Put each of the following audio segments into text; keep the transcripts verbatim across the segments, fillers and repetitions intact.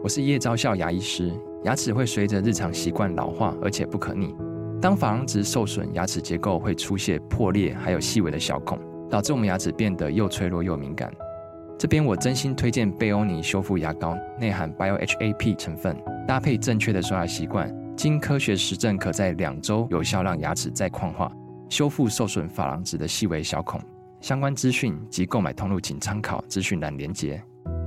我是叶昭孝牙医师。牙齿会随着日常习惯老化，而且不可逆。当珐琅质受损，牙齿结构会出现破裂，还有细微的小孔，导致我们牙齿变得又脆弱又敏感。这边我真心推荐贝欧尼修复牙膏，内含 B I O H A P 成分，搭配正确的刷牙习惯，经科学实证可在两周有效让牙齿再矿化，修复受损珐琅质的细微小孔。相关资讯及购买通路请参考资讯栏连结。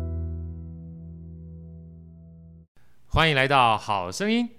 欢迎来到好声音。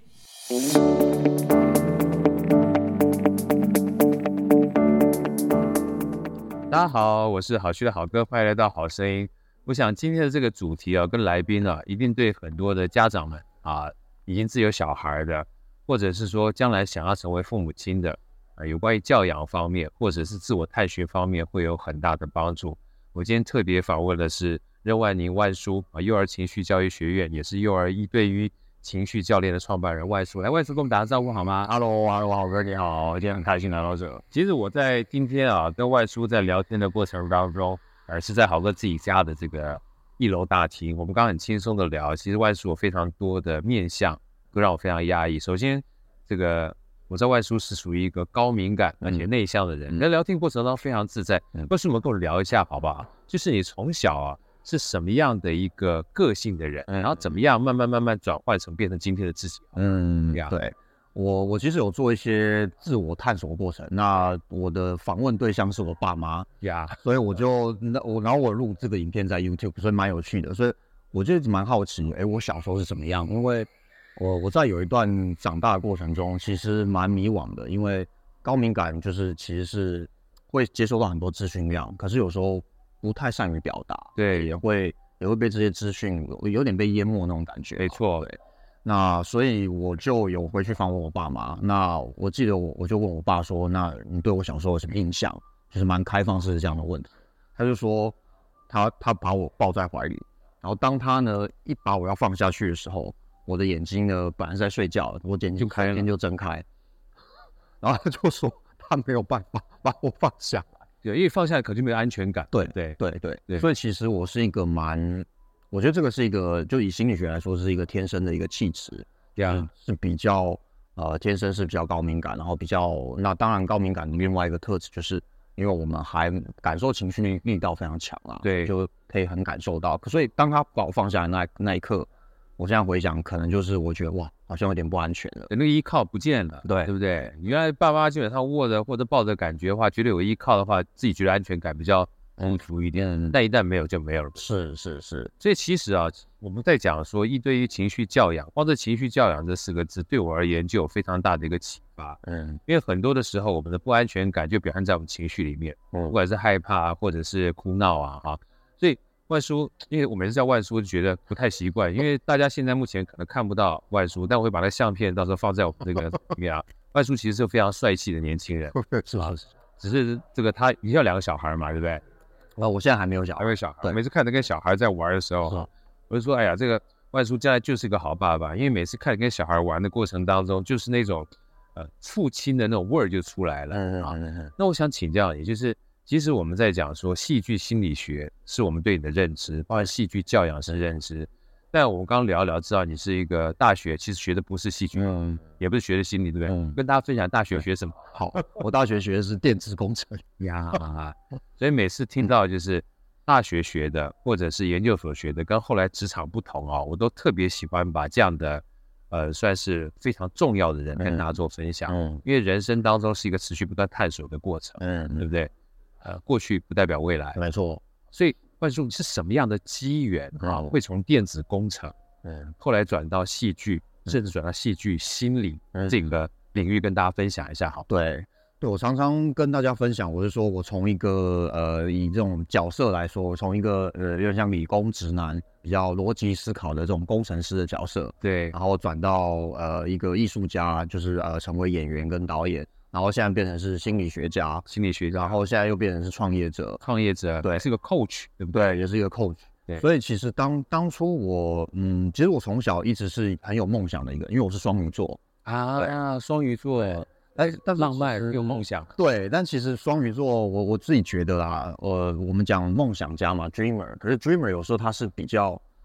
大家好，我是好趣的好哥，欢迎来到好声音。我想今天的这个主题啊，跟来宾啊，一定对很多的家长们啊，已经自有小孩的，或者是说将来想要成为父母亲的，啊，有关于教养方面，或者是自我探寻方面，会有很大的帮助。我今天特别访问的是任万宁万叔啊，幼儿情绪教育学院，也是幼儿一对于情绪教练的创办人万叔。来，万叔跟我们打个招呼好吗 ？Hello，Hello， 好哥你好，今天很开心来到这。 其实我在今天啊，跟万叔在聊天的过程当中，而是在好哥自己家的这个一楼大厅，我们刚刚很轻松的聊。其实万叔有非常多的面向，都让我非常压抑。首先，这个我知道万叔是属于一个高敏感而且内向的人，在、嗯、聊天过程当中非常自在。万叔，我们跟我聊一下好不好？就是你从小啊是什么样的一个个性的人，嗯、然后怎么样慢慢慢慢转换成变成今天的自己？ 嗯，对。我我其实有做一些自我探索过程，那我的访问对象是我爸妈呀， yeah. 所以我就那我然后我录这个影片在 YouTube， 所以蛮有趣的，所以我就蛮好奇，哎，我小时候是怎么样？因为我我在有一段长大的过程中，其实蛮迷惘的，因为高敏感就是其实是会接收到很多资讯量，可是有时候不太善于表达， 对， 也会也会被这些资讯有点被淹没那种感觉， 没错， 对。那所以我就有回去访问我爸妈，那我记得我我就问我爸说，那你对我小时候有什么印象？就是蛮开放式的这样的问题。他就说他他把我抱在怀里，然后当他呢一把我要放下去的时候，我的眼睛呢本来是在睡觉，我眼睛开眼睛就睁开，然后他就说他没有办法把我放下来， 对，因为放下来可能就没有安全感。 对对对 对, 对，所以其实我是一个蛮。我觉得这个是一个，就以心理学来说，是一个天生的一个气质，这样是比较呃，天生是比较高敏感，然后比较那当然高敏感的另外一个特质就是，因为我们还感受情绪力力道非常强啊， 对， 就可以很感受到。所以当他把我放下来那那一刻，我现在回想，可能就是我觉得哇，好像有点不安全了， 那个依靠不见了， 对对不对？原来爸妈基本上握着或者抱着感觉的话，觉得有依靠的话，自己觉得安全感比较丰足一点，嗯，但一旦没有就没有了。 是是是， 所以其实啊，我们在讲说一对于情绪教养，光这情绪教养这四个字，对我而言就有非常大的一个启发。嗯，因为很多的时候，我们的不安全感就表现在我们情绪里面，嗯，不管是害怕或者是哭闹啊，啊，所以万叔，因为我每次叫万叔就觉得不太习惯，因为大家现在目前可能看不到万叔，但我会把那相片到时候放在我们这个里面啊。万叔其实是非常帅气的年轻人， 是吧？ 只是这个他，你有两个小孩嘛，对不对？ 啊，我现在还没有小孩， 还没有小孩。每次看着跟小孩在玩的时候，我就说，哎呀，这个万叔将来就是个好爸爸，因为每次看着跟小孩玩的过程当中，就是那种呃父亲的那种味儿就出来了。嗯嗯嗯。那我想请教你，就是其实我们在讲说戏剧心理学是我们对你的认知，包括戏剧教养是认知。但我们刚刚聊一聊，知道你是一个大学，其实学的不是戏剧，嗯，也不是学的心理，对不对？嗯，跟大家分享大学学什么？ 好，我大学学的是电子工程呀，所以每次听到就是大学学的或者是研究所学的，跟后来职场不同哦，我都特别喜欢把这样的呃算是非常重要的人跟大家做分享，嗯，因为人生当中是一个持续不断探索的过程，嗯，对不对？呃，过去不代表未来， 没错， 所以。万叔是什么样的机缘啊？会从电子工程，嗯，后来转到戏剧，甚至转到戏剧心理这个领域，跟大家分享一下好。 对，对我常常跟大家分享，我是说我从一个呃以这种角色来说，我从一个呃有点像理工直男，比较逻辑思考的这种工程师的角色， 对， 然后转到呃一个艺术家，就是呃成为演员跟导演。然后现在变成是心理学家， 心理学家， 然后现在又变成是创业者， 创业者， 对， 是个 coach， 对不对？ 对，也是一个 coach。 对， 所以其实当当初我，嗯，其实我从小一直是很有梦想的一个，因为我是双鱼座啊，双鱼座，哎，但浪漫有梦想， 对，但其实双鱼座，我我自己觉得啦，呃，我们讲梦想家嘛 ，dreamer， 可是 dreamer 有时候他是比较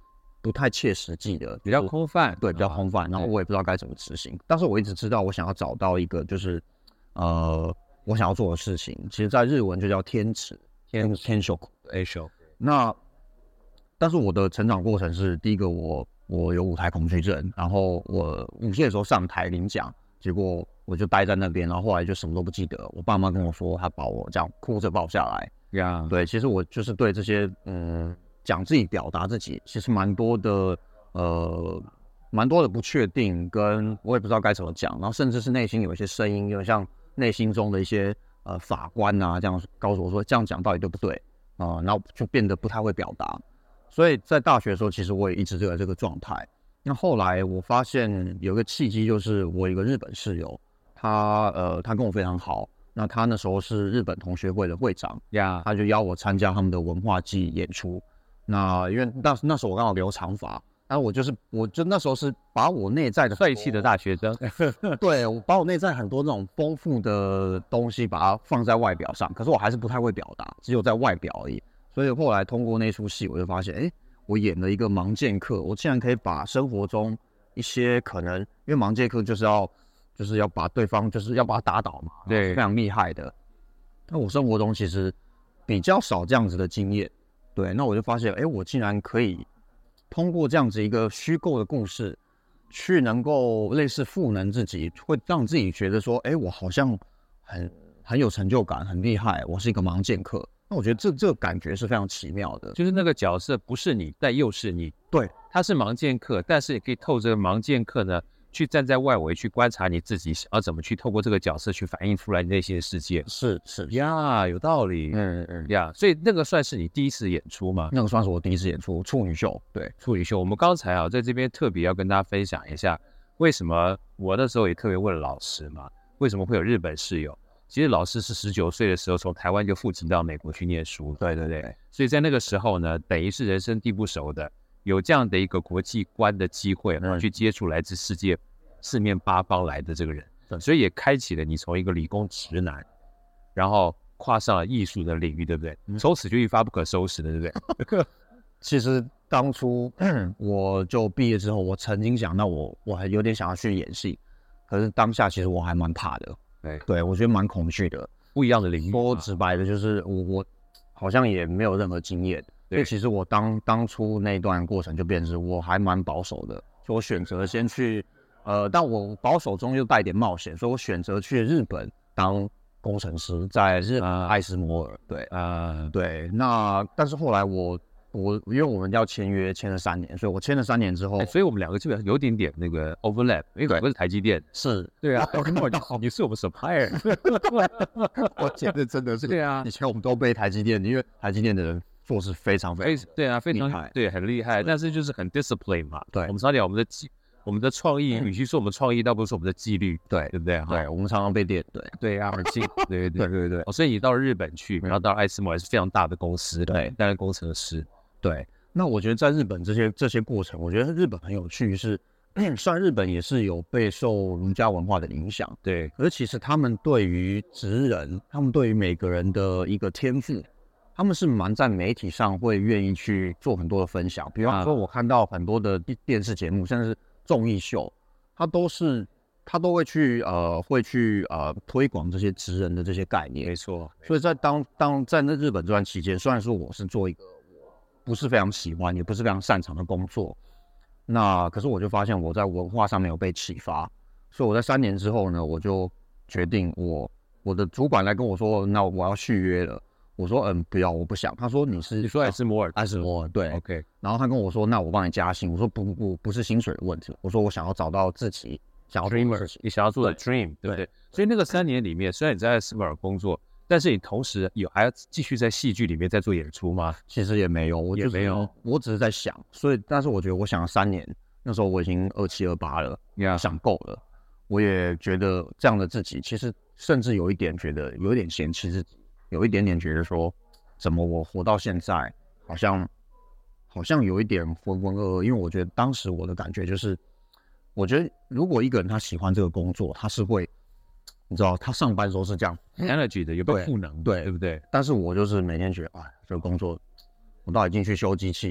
不太切实际的， 比较空泛， 对，比较空泛。然后我也不知道该怎么执行，但是我一直知道我想要找到一个就是呃我想要做的事情，其实在日文就叫天职，天天秀 ，A 秀。 那但是我的成长过程是，第一个我我有舞台恐惧症，然后我五岁的时候上台领奖，结果我就待在那边，然后后来就什么都不记得。我爸妈跟我说，他把我这样哭着抱下来。 呀、yeah. 对，其实我就是对这些嗯讲自己、表达自己，其实蛮多的呃蛮多的不确定，跟我也不知道该怎么讲，然后甚至是内心有一些声音，有点像内心中的一些呃法官啊，这样告诉我说这样讲到底对不对啊、呃？然后就变得不太会表达。所以在大学的时候，其实我也一直都有这个状态。那后来我发现有一个契机，就是我有一个日本室友，他呃他跟我非常好。那他那时候是日本同学会的会长呀， yeah. 他就邀我参加他们的文化季演出。那因为那那时候我刚好留长发，然后我就是我就那时候是把我内在的帅气的大学生， 对，我把我内在很多那种丰富的东西把它放在外表上，可是我还是不太会表达，只有在外表而已。所以后来通过那出戏，我就发现，哎，我演了一个盲剑客，我竟然可以把生活中一些可能，因为盲剑客就是要。就是要把对方，就是要把他打倒嘛，对，非常厉害的。那我生活中其实比较少这样子的经验，对，那我就发现，哎，我竟然可以通过这样子一个虚构的故事，去能够类似赋能自己，会让自己觉得说，哎，我好像很很有成就感，很厉害，我是一个盲剑客。那我觉得这这个感觉是非常奇妙的， 就是那个角色不是你，但又是你， 对， 他是盲剑客，但是也可以透这个盲剑客呢。去站在外围去观察你自己，想要怎么去透过这个角色去反映出来你内心的世界。 是是呀，有道理。嗯嗯呀，所以那个算是你第一次演出吗？ 那个算是我第一次演出处女秀。对， 处女秀。我们刚才啊，在这边特别要跟大家分享一下，为什么我那时候也特别问老师嘛，为什么会有日本室友？其实老师是十九岁的时候从台湾就赴籍到美国去念书。 对对对。 所以在那个时候呢，等于是人生地不熟的。有这样的一个国际观的机会，嗯、去接触来自世界四面八方来的这个人，所以也开启了你从一个理工直男，然后跨上了艺术的领域，对不对？嗯、从此就一发不可收拾的，对不对？ 其实当初我就毕业之后，我曾经想到我我还有点想要去演戏，可是当下其实我还蛮怕的，对，对我觉得蛮恐惧的， 不一样的领域。 说直白的，就是我我好像也没有任何经验。所以其实我当当初那段过程就变成是我还蛮保守的，所以我选择先去，呃，但我保守中又带点冒险，所以我选择去日本当工程师，在日本艾斯摩尔，对，啊，对，那但是后来我我因为我们要签约签了三年，所以我签了三年之后， 欸、所以我们两个基本上有点点那个 overlap， 因为我是台积电， 是， 对啊，你是我们 supplier， 我签的真的是， 对啊， 以前我们都被台积电，因为台积电的人。做事非常非常对啊，非常对，很厉害，但是就是很 discipline 嘛。 对， 我们常讲我们的纪，我们的创意，与其说我们创意，倒不如说我们的纪律， 对， 对不对？ 对，我们常常被电，对， 对啊，很近，对对对对对。 哦，所以你到了日本去，然后到艾斯摩也是非常大的公司， 对， 担任工程师。 对，那我觉得在日本这些这些过程，我觉得日本很有趣是，虽然日本也是有备受儒家文化的影响， 对， 可是其实他们对于职人，他们对于每个人的一个天赋。他们是蛮在媒体上会愿意去做很多的分享，比方说我看到很多的电视节目，甚至是综艺秀，他都是他都会去呃会去呃推广这些职人的这些概念。 没错， 所以在当当在那日本这段期间，虽然说我是做一个我不是非常喜欢，也不是非常擅长的工作，那可是我就发现我在文化上面有被启发，所以我在三年之后呢，我就决定我我的主管来跟我说，那我要续约了。我说嗯不要，我不想。他说你是你说艾斯摩尔， 艾斯摩尔对 ，OK。 然后他跟我说，那我帮你加薪。我说不不不，不是薪水的问题。我说我想要找到自己想要 dreamer， 你想要做的 dream， 对不对？所以那个三年里面，虽然你在艾斯摩尔工作，但是你同时有还要继续在戏剧里面在做演出吗？ 其实也没有，我、就是、 也没有， 我只是在想。所以，但是我觉得我想了三年，那时候我已经二七二八了， yeah. 想够了。我也觉得这样的自己，其实甚至有一点觉得有一点嫌弃自己，有一点点觉得说。怎么我活到现在，好像好像有一点浑浑噩噩，因为我觉得当时我的感觉就是，我觉得如果一个人他喜欢这个工作，他是会，你知道，他上班的时候是这样 energy 的，有个赋能， 对对不对？ 但是我就是每天觉得，哎，这个工作，我到底进去修机器，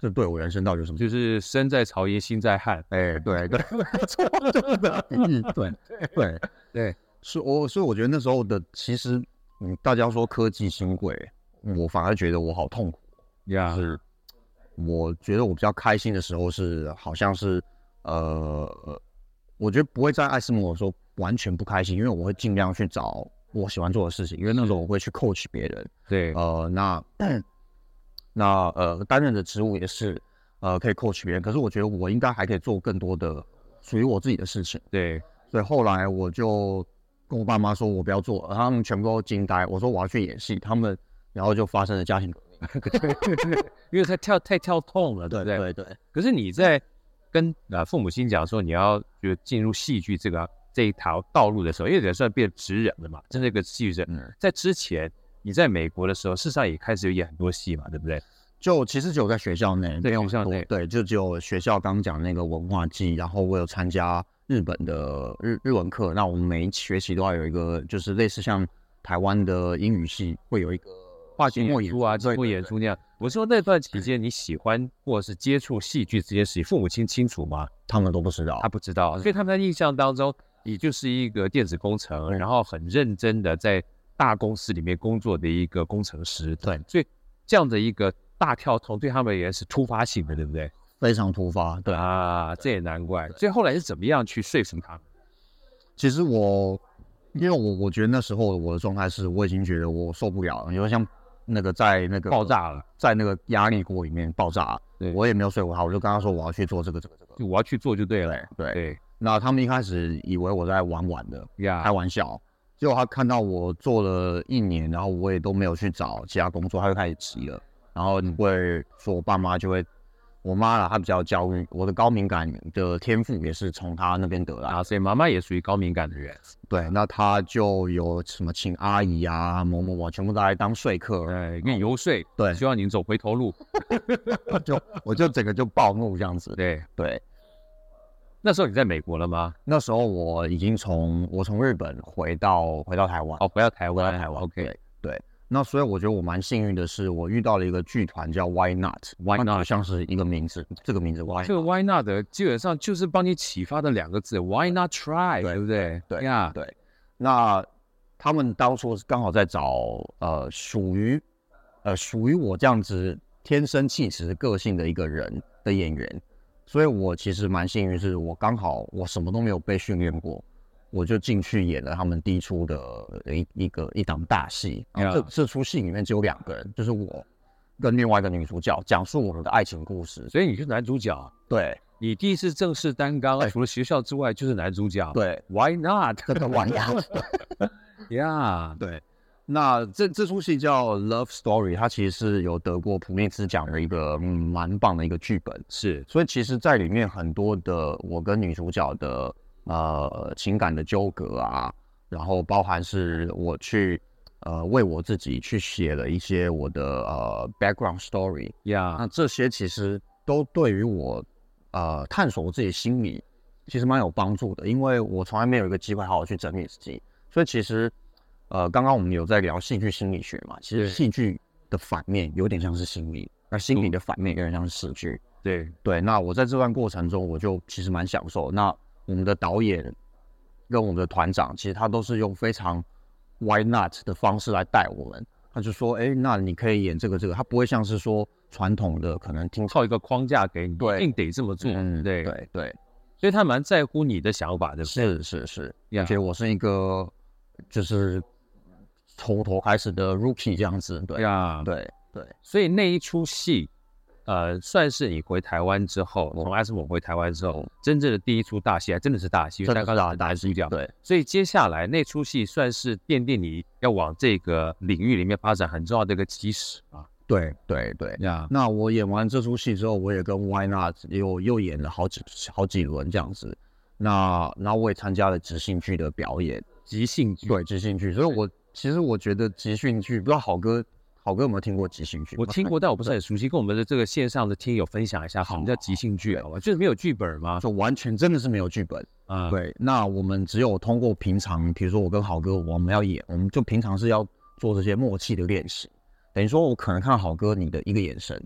这对我人生到底有什么？ 就是身在曹营心在汉。 哎，对对，没错，对对对对，是我所以我觉得那时候的其实，嗯，大家说科技新贵，我反而觉得我好痛苦呀。Yeah. 是，我觉得我比较开心的时候是，好像是呃，我觉得不会在艾斯摩尔说完全不开心，因为我会尽量去找我喜欢做的事情，因为那时候我会去 coach 别人。 对， 呃，那。那呃，担任的职务也是，呃，可以 coach 别人。可是我觉得我应该还可以做更多的属于我自己的事情。 对， 所以后来我就跟我爸妈说，我不要做了，他们全部都惊呆。我说我要去演戏，他们然后就发生了家庭革命。 对，因为太跳太跳痛了，对不对？ 对对对。 可是你在跟呃父母亲讲说你要就进入戏剧这个这一条道路的时候，因为也算变职人了嘛，真的一个戏剧人。嗯、在之前。你在美国的时候，事实上也开始有演很多戏嘛，对不对？ 就其实只有在学校内， 在学校内， 对，就只有学校刚讲那个文化季，然后我有参加日本的日日文课，那我们每一学期都要有一个，就是类似像台湾的英语系会有一个话剧演出啊、节目演出那样。我说那段期间你喜欢或者是接触戏剧这件事情，父母亲清楚吗？ 他们都不知道， 他不知道，所以他们在印象当中，你就是一个电子工程，然后很认真的在大公司里面工作的一个工程师。 对， 所以这样的一个大跳通对他们也是突发性的，对不对？ 非常突发，对啊，这也难怪。所以后来是怎么样去说服他们？ 其实我，因为我我觉得那时候我的状态是，我已经觉得我受不了了，因为像那个在那个爆炸了， 在那个压力锅里面爆炸， 对， 我也没有说服他，我就跟他说我要去做这个这个这个， 就我要去做就对了， 对对。 那他们一开始以为我在玩玩的， 呀， 开玩笑。结果他看到我做了一年，然后我也都没有去找其他工作，他就开始急了。然后会说我爸妈就会，我妈啦，她比较焦虑，我的高敏感的天赋也是从她那边得来啊，所以妈妈也属于高敏感的人。 对，那她就有什么请阿姨啊、某某某，全部都来当说客， 对，给你游说， 对， 希望你走回头路， 就我就整个就暴怒这样子。 对对。 那时候你在美国了吗？ 那时候我已经从我从日本回到回到台湾， 哦，回到台湾， 回到台湾 ，OK， 对对。那所以我觉得我蛮幸运的是，我遇到了一个剧团叫 Why Not，Why Not 像是一个名字，这个名字 Why， 这个 Why Not 基本上就是帮你启发的两个字 ，Why Not Try， 对, 对不对？ 对呀， yeah. 对。那他们当初刚好在找呃属于呃属于我这样子天生气质个性的一个人的演员。所以我其实蛮幸运，是我刚好我什么都没有被训练过，我就进去演了他们第一出的一一个一档大戏。然后这这出戏里面只有两个人，就是我跟另外一个女主角，讲述我们的爱情故事。 所以你是男主角？ 对， 你第一次正式担纲，除了学校之外就是男主角。 对 ，Why not？ 这个 Why not？ 呀， yeah, 对。那这这出戏叫 Love Story， 它其实是有得过普利兹奖的一个嗯蛮棒的一个剧本， 是。 所以其实在里面很多的我跟女主角的呃情感的纠葛啊，然后包含是我去呃为我自己去写了一些我的呃 background story， 呀、yeah. 那这些其实都对于我呃探索我自己的心理其实蛮有帮助的，因为我从来没有一个机会好好去整理自己，所以其实。呃，刚刚我们有在聊戏剧心理学嘛？其实戏剧的反面有点像是心理，而心理的反面有点像是戏剧。 对对，那我在这段过程中，我就其实蛮享受。那我们的导演跟我们的团长，其实他都是用非常 why not 的方式来带我们。他就说，哎，那你可以演这个这个，他不会像是说传统的可能听套一个框架给你， 对， 一定得这么做。 嗯， 对对对， 所以他蛮在乎你的想法的。 是是是， 而且我是一个就是。从头开始的 rookie 这样子，对呀， 对对， 所以那一出戏，呃，算是你回台湾之后，从艾斯摩回台湾之后，嗯、真正的第一出大戏，还真的是大戏， 真的是大大戏角。 对， 所以接下来那出戏算是奠定你要往这个领域里面发展很重要的一个基石啊。 对对对呀， yeah. 那我演完这出戏之后，我也跟 Why Not 又又演了好几好几轮这样子。那然后我也参加了即兴剧的表演， 即兴剧对即兴剧，所以我。其实我觉得即兴剧，不知道好哥，好哥有没有听过即兴剧？ 我听过，但我不是很熟悉。跟我们的这个线上的听友分享一下，什么叫即兴剧？好吧，就是没有剧本吗？ 就完全真的是没有剧本啊。对，那我们只有通过平常，比如说我跟好哥，我们要演，我们就平常是要做这些默契的练习。等于说，我可能看到好哥你的一个眼神，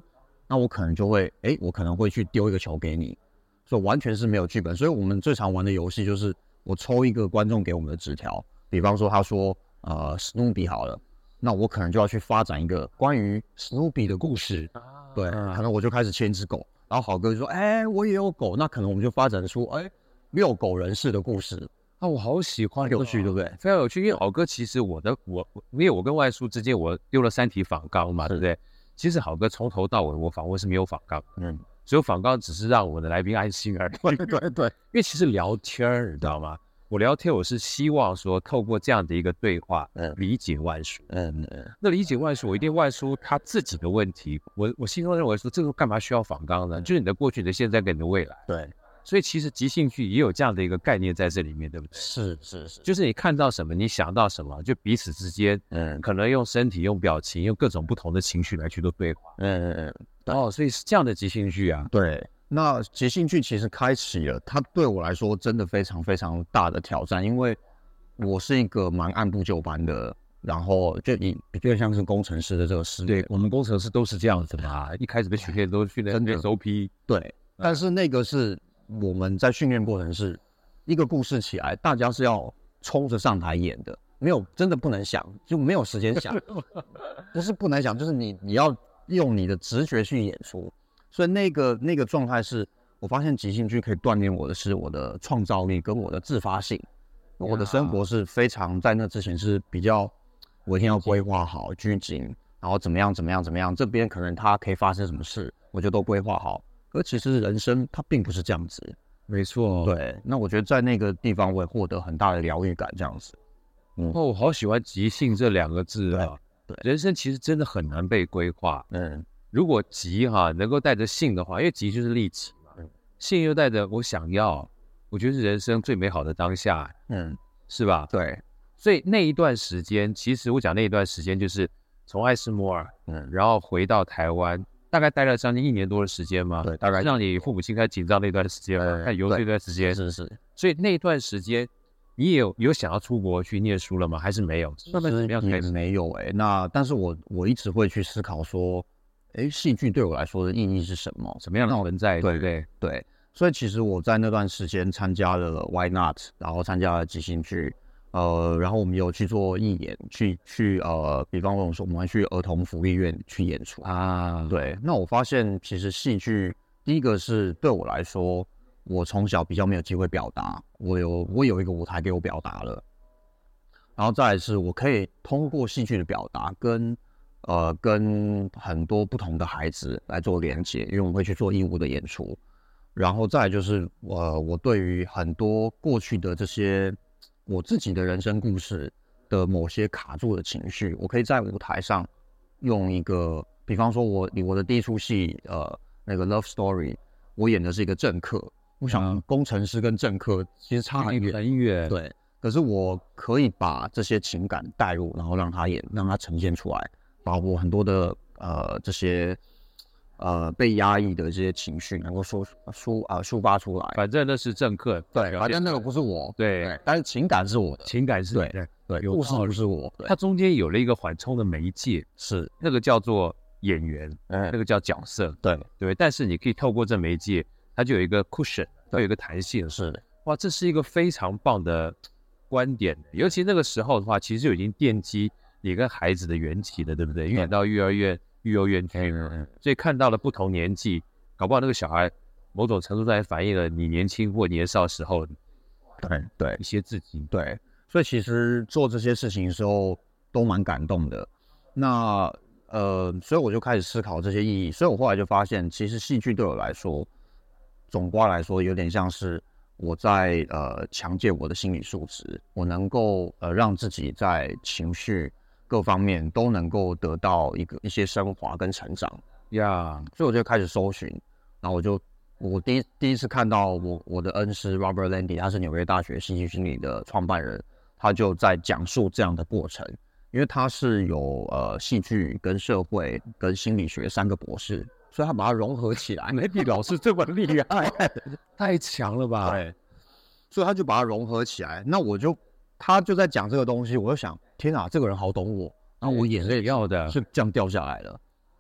那我可能就会，哎，我可能会去丢一个球给你，所以完全是没有剧本。所以我们最常玩的游戏就是我抽一个观众给我们的纸条，比方说他说呃史努比好了，那我可能就要去发展一个关于史努比的故事，对，可能我就开始牵一只狗，然后好哥就说，哎，我也有狗，那可能我们就发展出哎遛狗人士的故事。 啊，我好喜欢， 有趣，对不对？ 非常有趣，因为好哥其实我的我，因为我跟外叔之间我丢了三题访纲嘛，对不对？其实好哥从头到尾我访问是没有访纲，嗯，所以访纲只是让我的来宾安心而已。 对对对， 因为其实聊天你知道吗？我聊天我是希望说透过这样的一个对话，嗯，理解外叔，嗯嗯，那理解外叔，我一定外叔他自己的问题，我我心中认为说这个干嘛需要访纲呢？就是你的过去、你的现在跟你的未来， 对。 所以其实即兴剧也有这样的一个概念在这里面，对不对？ 是是是， 就是你看到什么，你想到什么，就彼此之间，嗯，可能用身体、用表情、用各种不同的情绪来去做对话，嗯嗯嗯，哦，所以是这样的即兴剧啊。 对，那即兴剧其实开启了，它对我来说真的非常非常大的挑战，因为我是一个蛮按部就班的，然后就以比较像是工程师的这个思维， 对，我们工程师都是这样子嘛，一开始被训练都训练 S O P， 对，但是那个是。我们在训练过程是一个故事起来，大家是要冲着上台演的，没有真的不能想，就没有时间想，不是不能想，就是你你要用你的直觉去演出，所以那个那个状态是，我发现即兴剧可以锻炼我的是我的创造力跟我的自发性，我的生活是非常在那之前是比较，我一定要规划好拘谨，然后怎么样怎么样怎么样，这边可能它可以发生什么事，我就都规划好。而其实人生它并不是这样子， 没错。 对，那我觉得在那个地方我也获得很大的疗愈感，这样子。 嗯，哦，我好喜欢即兴这两个字啊。对，对人生其实真的很难被规划。嗯，如果即哈能够带着兴的话，因为即就是立即嘛，嗯、兴又带着我想要，我觉得是人生最美好的当下。嗯，是吧？ 对， 所以那一段时间，其实我讲那一段时间就是从艾斯摩尔，嗯，然后回到台湾。大概待了将近一年多的时间嘛， 对，大概让你父母亲开始紧张那段时间嘛，看游这段时间， 是是， 所以那段时间你也有有想要出国去念书了吗？还是没有？慢慢怎么样开始？ 没有哎、欸，那但是我我一直会去思考说，哎，戏剧对我来说的意义是什么？ 什么样的存在？对不对？ 对，所以其实我在那段时间参加了 Why Not， 然后参加了即兴剧。呃，然后我们有去做义演，去去呃，比方说我们去儿童福利院去演出啊。对，那我发现其实戏剧，第一个是对我来说，我从小比较没有机会表达，我有我有一个舞台给我表达了，然后再来是我可以通过戏剧的表达跟呃跟很多不同的孩子来做连接，因为我们会去做义务的演出，然后再来就是呃我对于很多过去的这些。我自己的人生故事的某些卡住的情绪，我可以在舞台上用一个，比方说我我的第一出戏，呃，那个 Love Story， 我演的是一个政客。我想工程师跟政客其实差很远， 很远， 对。可是我可以把这些情感带入，然后让他演，让他呈现出来，把我很多的呃这些。呃，被压抑的这些情绪能够说抒啊抒发出来， 反正那是政客， 对，反正那个不是我， 对，对但是情感是我的， 情感是对对对，故事不是我， 它中间有了一个缓冲的媒介， 是那个叫做演员，嗯，那个叫角色， 对对，但是你可以透过这媒介，它就有一个 cushion， 它有一个弹性， 是的， 哇，这是一个非常棒的观点，尤其那个时候的话，其实就已经奠基你跟孩子的缘起了，对不对？因为到幼儿园。育幼院去，所以看到了不同年纪，搞不好那个小孩某种程度上也反映了你年轻或年少时候， 对对一些自己， 对，所以其实做这些事情的时候都蛮感动的。那呃，所以我就开始思考这些意义。所以我后来就发现，其实戏剧对我来说，总括来说有点像是我在呃强健我的心理素质，我能够呃让自己在情绪。各方面都能够得到一个一些升华跟成长呀， yeah, 所以我就开始搜寻，然后我就我第一第一次看到我我的恩师 Robert Landy， 他是纽约大学戏剧心理的创办人，他就在讲述这样的过程，因为他是有呃戏剧跟社会跟心理学三个博士，所以他把它融合起来。 Landy 老师这么厉害，太强了吧？ 对，所以他就把它融合起来。那我就他就在讲这个东西，我就想。天啊，这个人好懂我，然后我眼泪要的是这样掉下来的，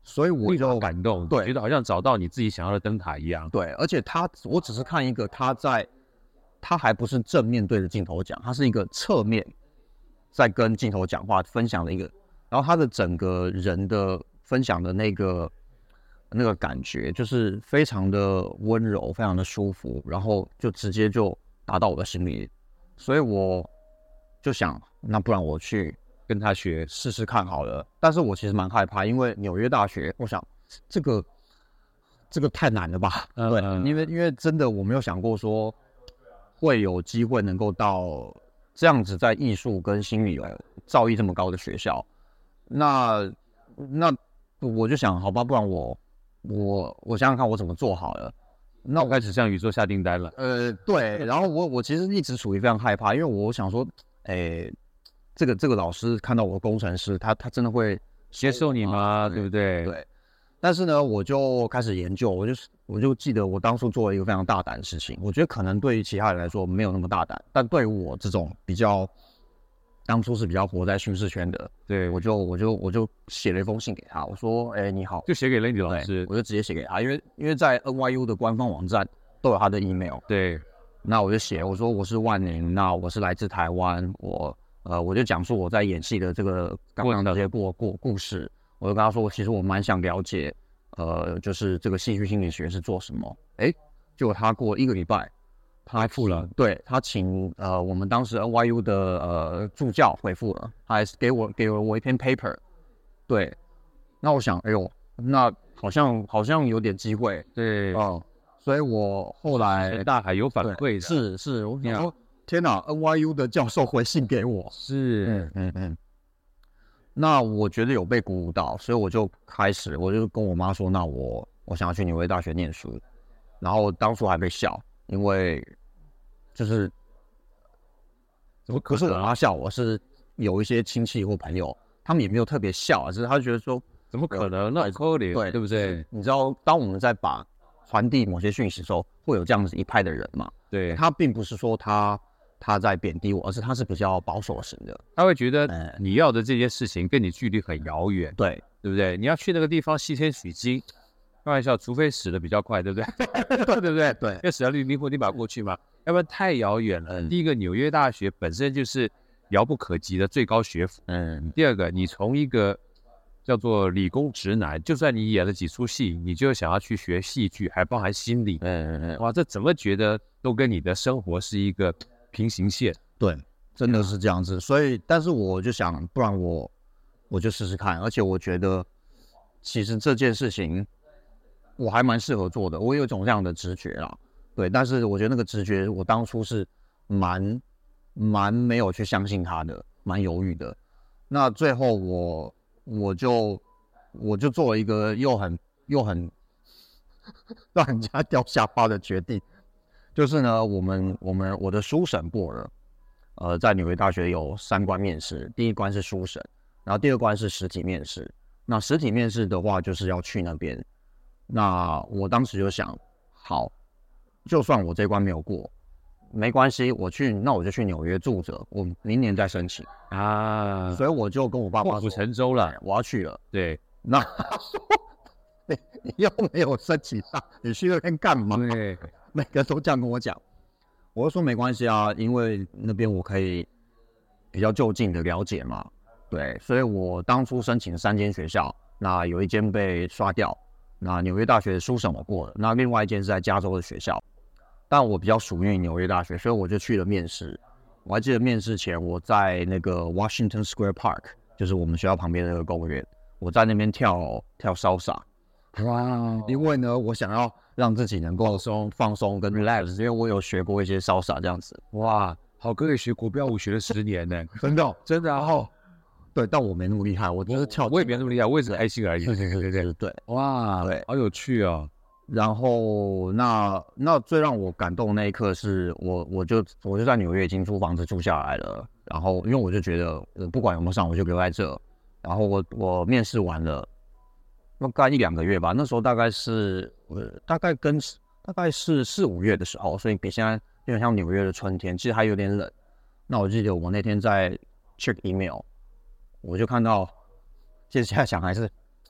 所以我就感动， 对， 觉得好像找到你自己想要的灯塔一样。 对，而且他我只是看一个他在，他还不是正面对着镜头讲，他是一个侧面在跟镜头讲话分享的一个，然后他的整个人的分享的那个那个感觉就是非常的温柔，非常的舒服，然后就直接就打到我的心里，所以我就想，那不然我去跟他学试试看好了。但是我其实蛮害怕，因为纽约大学，我想这个这个太难了吧？ 嗯、 对， 嗯、 因为因为真的我没有想过说会有机会能够到这样子在艺术跟心理有造诣这么高的学校。那那我就想，好吧，不然我我我想想看我怎么做好了。 那我开始向宇宙下订单了。 呃，对，然后我我其实一直处于非常害怕，因为我想说，哎，这个这个老师看到我的工程师，他他真的会接受你吗？对不对？ 对。但是呢，我就开始研究，我就我就记得我当初做了一个非常大胆的事情，我觉得可能对于其他人来说没有那么大胆，但对于我这种比较当初是比较活在叙事圈的， 对， 我就我就我就写了一封信给他，我说，哎，你好， 就写给 Landy 老师， 我就直接写给他，因为因为在 N Y U 的官方网站都有他的 email， 对， 那我就写，我说我是万宁，那我是来自台湾，我呃我就讲述我在演戏的这个刚刚的这些过过故事，我就跟他说，其实我蛮想了解，呃，就是这个戏剧心理学是做什么，哎，结果他过一个礼拜。他回复了， 对他请呃我们当时 N Y U 的呃助教回复了，他还是给我给了我一篇 paper， 对，那我想，哎呦，那好像好像有点机会， 对， 哦、嗯，所以我后来大海有反馈的， 是是，我想说，天哪 ，N Y U 的教授回信给我， 是， 嗯嗯嗯，那我觉得有被鼓舞到，所以我就开始，我就跟我妈说，那我我想要去纽约大学念书，然后当初还被笑。因为就是怎么不是我妈笑我，是有一些亲戚或朋友，他们也没有特别笑啊，只是他觉得说怎么可能？那可怜， 对对不对？ 你知道，当我们在把传递某些讯息的时候，会有这样子一派的人嘛？ 对， 他并不是说他他在贬低我，而是他是比较保守型的， 他会觉得你要的这件事情跟你距离很遥远， 对对不对？你要去那个地方西天取经。开玩笑，除非死的比较快，对不对？对不对？ 对， 要死到灵魂立马过去嘛，要不然太遥远了。嗯、第一个，纽约大学本身就是遥不可及的最高学府。嗯。第二个，你从一个叫做理工直男，就算你演了几出戏，你就想要去学戏剧，还包含心理。嗯嗯。哇，这怎么觉得都跟你的生活是一个平行线？ 对，真的是这样子。所以，但是我就想，不然我我就试试看。而且我觉得，其实这件事情。我还蛮适合做的，我有一种这样的直觉啦，对，但是我觉得那个直觉，我当初是蛮蛮没有去相信他的，蛮犹豫的。那最后我我就我就做了一个又很又很让人家掉下巴的决定，就是呢，我们我们我的书审过了，呃，在纽约大学有三关面试，第一关是书审，然后第二关是实体面试。那实体面试的话，就是要去那边。那我当时就想，好，就算我这关没有过，没关系，我去，那我就去纽约住着，我明年再申请啊。 所以我就跟我爸爸说， 破釜沉舟了， 我要去了。 对， 那他说你你又没有申请上，你去那边干嘛？ 对， 每个人都这样跟我讲。我就说没关系啊，因为那边我可以比较就近的了解嘛。对，所以我当初申请三间学校，那有一间被刷掉。那纽约大学的书审我过了，那另外一间是在加州的学校，但我比较属于纽约大学，所以我就去了面试。我还记得面试前，我在那个 Washington Square Park， 就是我们学校旁边的那个公园，我在那边跳跳salsa。哇！因为呢，我想要让自己能够放松、放松跟 relax， 因为我有学过一些salsa这样子。 哇，好哥也学国标舞学了十年呢， 真的、哦、 真的啊。哦对，但我没那么厉害，我就是跳， 我也没那么厉害，我也是开心而已。 对对对对对， 哇，对，好有趣哦。 然后那那最让我感动的那一刻是我我就我就在纽约已经租房子住下来了，然后因为我就觉得、呃、不管有没有上我就留在这，然后我我面试完了，大概一两个月吧，那时候大概是呃大概跟大概是四五月的时候，所以比现在有点像纽约的春天，其实还有点冷。那我记得我那天在 check email。我就看到，其实现在想还是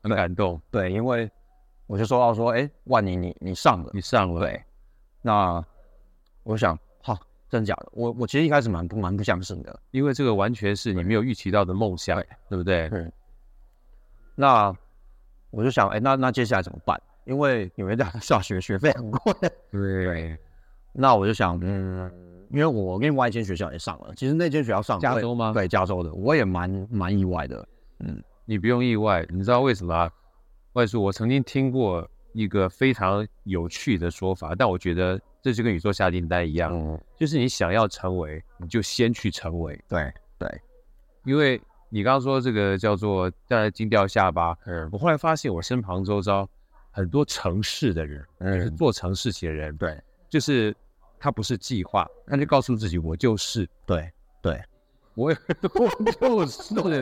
很感动。 对，因为我就收到说，哎，万宁你你上了， 你上了。 对，那我想，哈，真的假的？我我其实一开始蛮不蛮不相信的， 因为这个完全是你没有预期到的梦想， 对, 对不对？ 嗯。那我就想，哎，那那接下来怎么办？因为纽约大学学费很贵。 对。 那我就想，嗯，因为我另外一间学校也上了，其实那间学校上了加州吗？ 对，加州的，我也蛮蛮意外的。嗯， 你不用意外，你知道为什么啊？外叔，我曾经听过一个非常有趣的说法，但我觉得这就跟宇宙下订单一样，嗯，就是你想要成为，你就先去成为。 对对， 因为你刚刚说这个叫做叫来惊掉下巴，嗯，我后来发现我身旁周遭很多成事的人，嗯，就是做成事情的人， 对， 就是他不是计划，他就告诉自己我就是， 对对， 我我就是。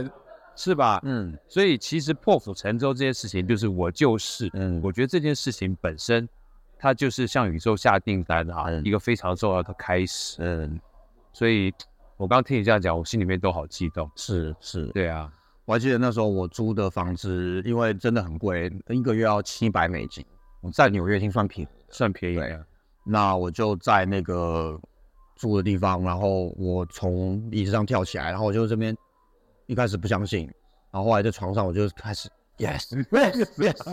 是吧？嗯，所以其实破釜沉舟这件事情，就是我就是，嗯，我觉得这件事情本身，它就是向宇宙下订单啊，嗯，一个非常重要的开始。嗯，所以我刚刚听你这样讲，我心里面都好激动。 是是， 对啊， 我还记得那时候我租的房子，因为真的很贵，一个月要七百美金，在纽约已经算便宜， 算便宜了。 那我就在那个住的地方，然后我从椅子上跳起来，然后我就这边。一开始不相信，然后后来在床上我就开始 yes yes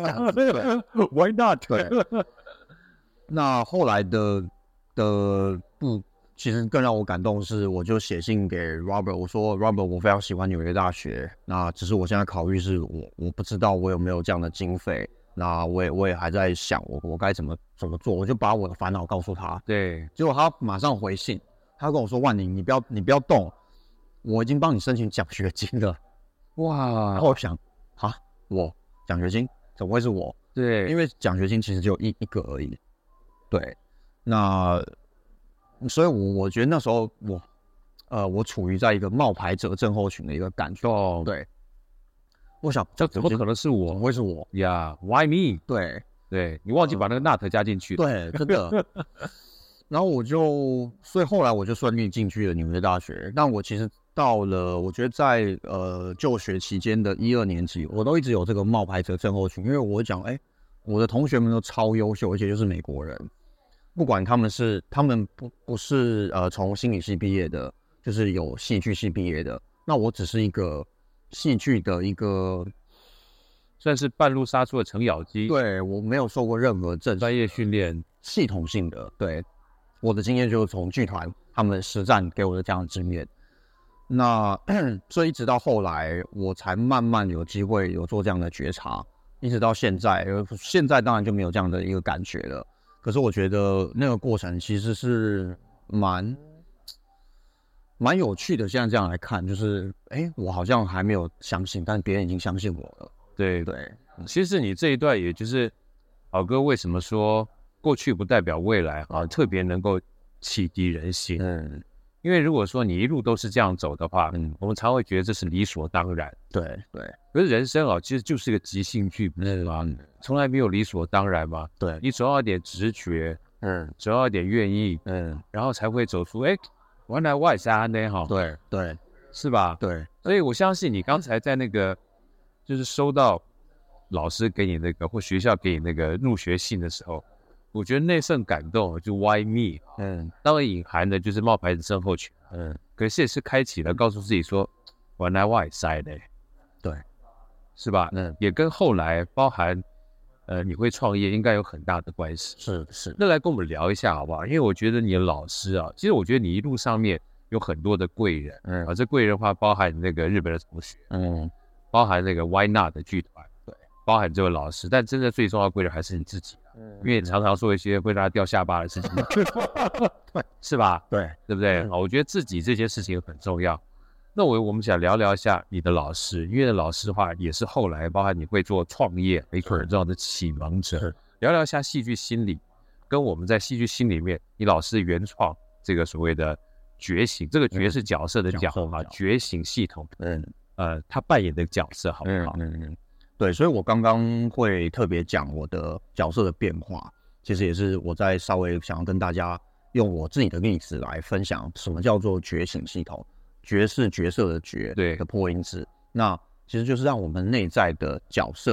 yes，why not？ 对，那后来的的不，其实更让我感动的是，我就写信给 Robert， 我说 Robert， 我非常喜欢纽约大学，那只是我现在考虑是我我不知道我有没有这样的经费，那我也我也还在想我我该怎么怎么做，我就把我的烦恼告诉他， 对， 结果他马上回信，他跟我说万宁，你不要你不要动。我已经帮你申请奖学金了， 哇！ 然后我想，啊，我奖学金怎么会是我？ 对， 因为奖学金其实只有一一个而已。对，那所以我，我我觉得那时候我，呃，我处于在一个冒牌者症候群的一个感觉。 哦， 对，我想这怎么可能是我？ 怎么会是我呀、yeah, ？Why me？ 对， 对你忘记把那个 not 加进去了。 对，真的。然后我就，所以后来我就顺利进去了纽约大学。但我其实到了，我觉得在呃就学期间的一二年级，我都一直有这个冒牌者症候群，因为我讲，哎，我的同学们都超优秀，而且就是美国人，不管他们是他们不不是呃从心理系毕业的，就是有戏剧系毕业的，那我只是一个戏剧的一个。 算是半路杀出的程咬金。 对，我没有受过任何正专业训练， 系统性的。对。我的经验就是从剧团他们实战给我的这样的经验，那所以一直到后来我才慢慢有机会有做这样的觉察，一直到现在，现在当然就没有这样的一个感觉了。可是我觉得那个过程其实是蛮蛮有趣的。现在这样来看，就是哎，我好像还没有相信，但别人已经相信我了。 对对，其实你这一段也就是好哥为什么说。过去不代表未来啊，特别能够启迪人心。嗯，因为如果说你一路都是这样走的话，嗯，我们常会觉得这是理所当然。 对对， 可是人生啊，其实就是一个即兴剧，不是吗？从来没有理所当然嘛。 对， 你总要一点直觉，嗯，总要一点愿意，嗯，然后才会走出哎，原来我也是安呢哈。 对对， 是吧？ 对， 所以我相信你刚才在那个就是收到老师给你那个或学校给你那个入学信的时候。我觉得那份感动就 Why me？ 嗯，当然隐含的就是冒牌者症候群，嗯，可是也是开启了告诉自己说，原来我也塞的， 对， 是吧？嗯，也跟后来包含，呃，你会创业应该有很大的关系。 是是， 那来跟我们聊一下好不好？因为我觉得你的老师啊，其实我觉得你一路上面有很多的贵人，嗯，啊，这贵人的话包含那个日本的同学，嗯，包含那个 Why Not 的剧团，对，包含这位老师，但真的最重要的贵人还是你自己。嗯，因为你常常做一些会让他掉下巴的事情，对，是吧？ 对， 对不对？嗯，我觉得自己这些事情很重要。那我我们想聊聊一下你的老师，因为老师的话也是后来包含你会做创业一个很重要的启蒙者。聊聊一下戏剧心理，跟我们在戏剧心里面，你老师原创这个所谓的觉醒，这个觉是角色的角啊，觉醒系统，嗯，呃，他扮演的角色好不好？嗯嗯。 对，所以我刚刚会特别讲我的角色的变化，其实也是我在稍微想要跟大家用我自己的例子来分享什么叫做觉醒系统。觉是角色的觉， 对的破音字，那其实就是让我们内在的角色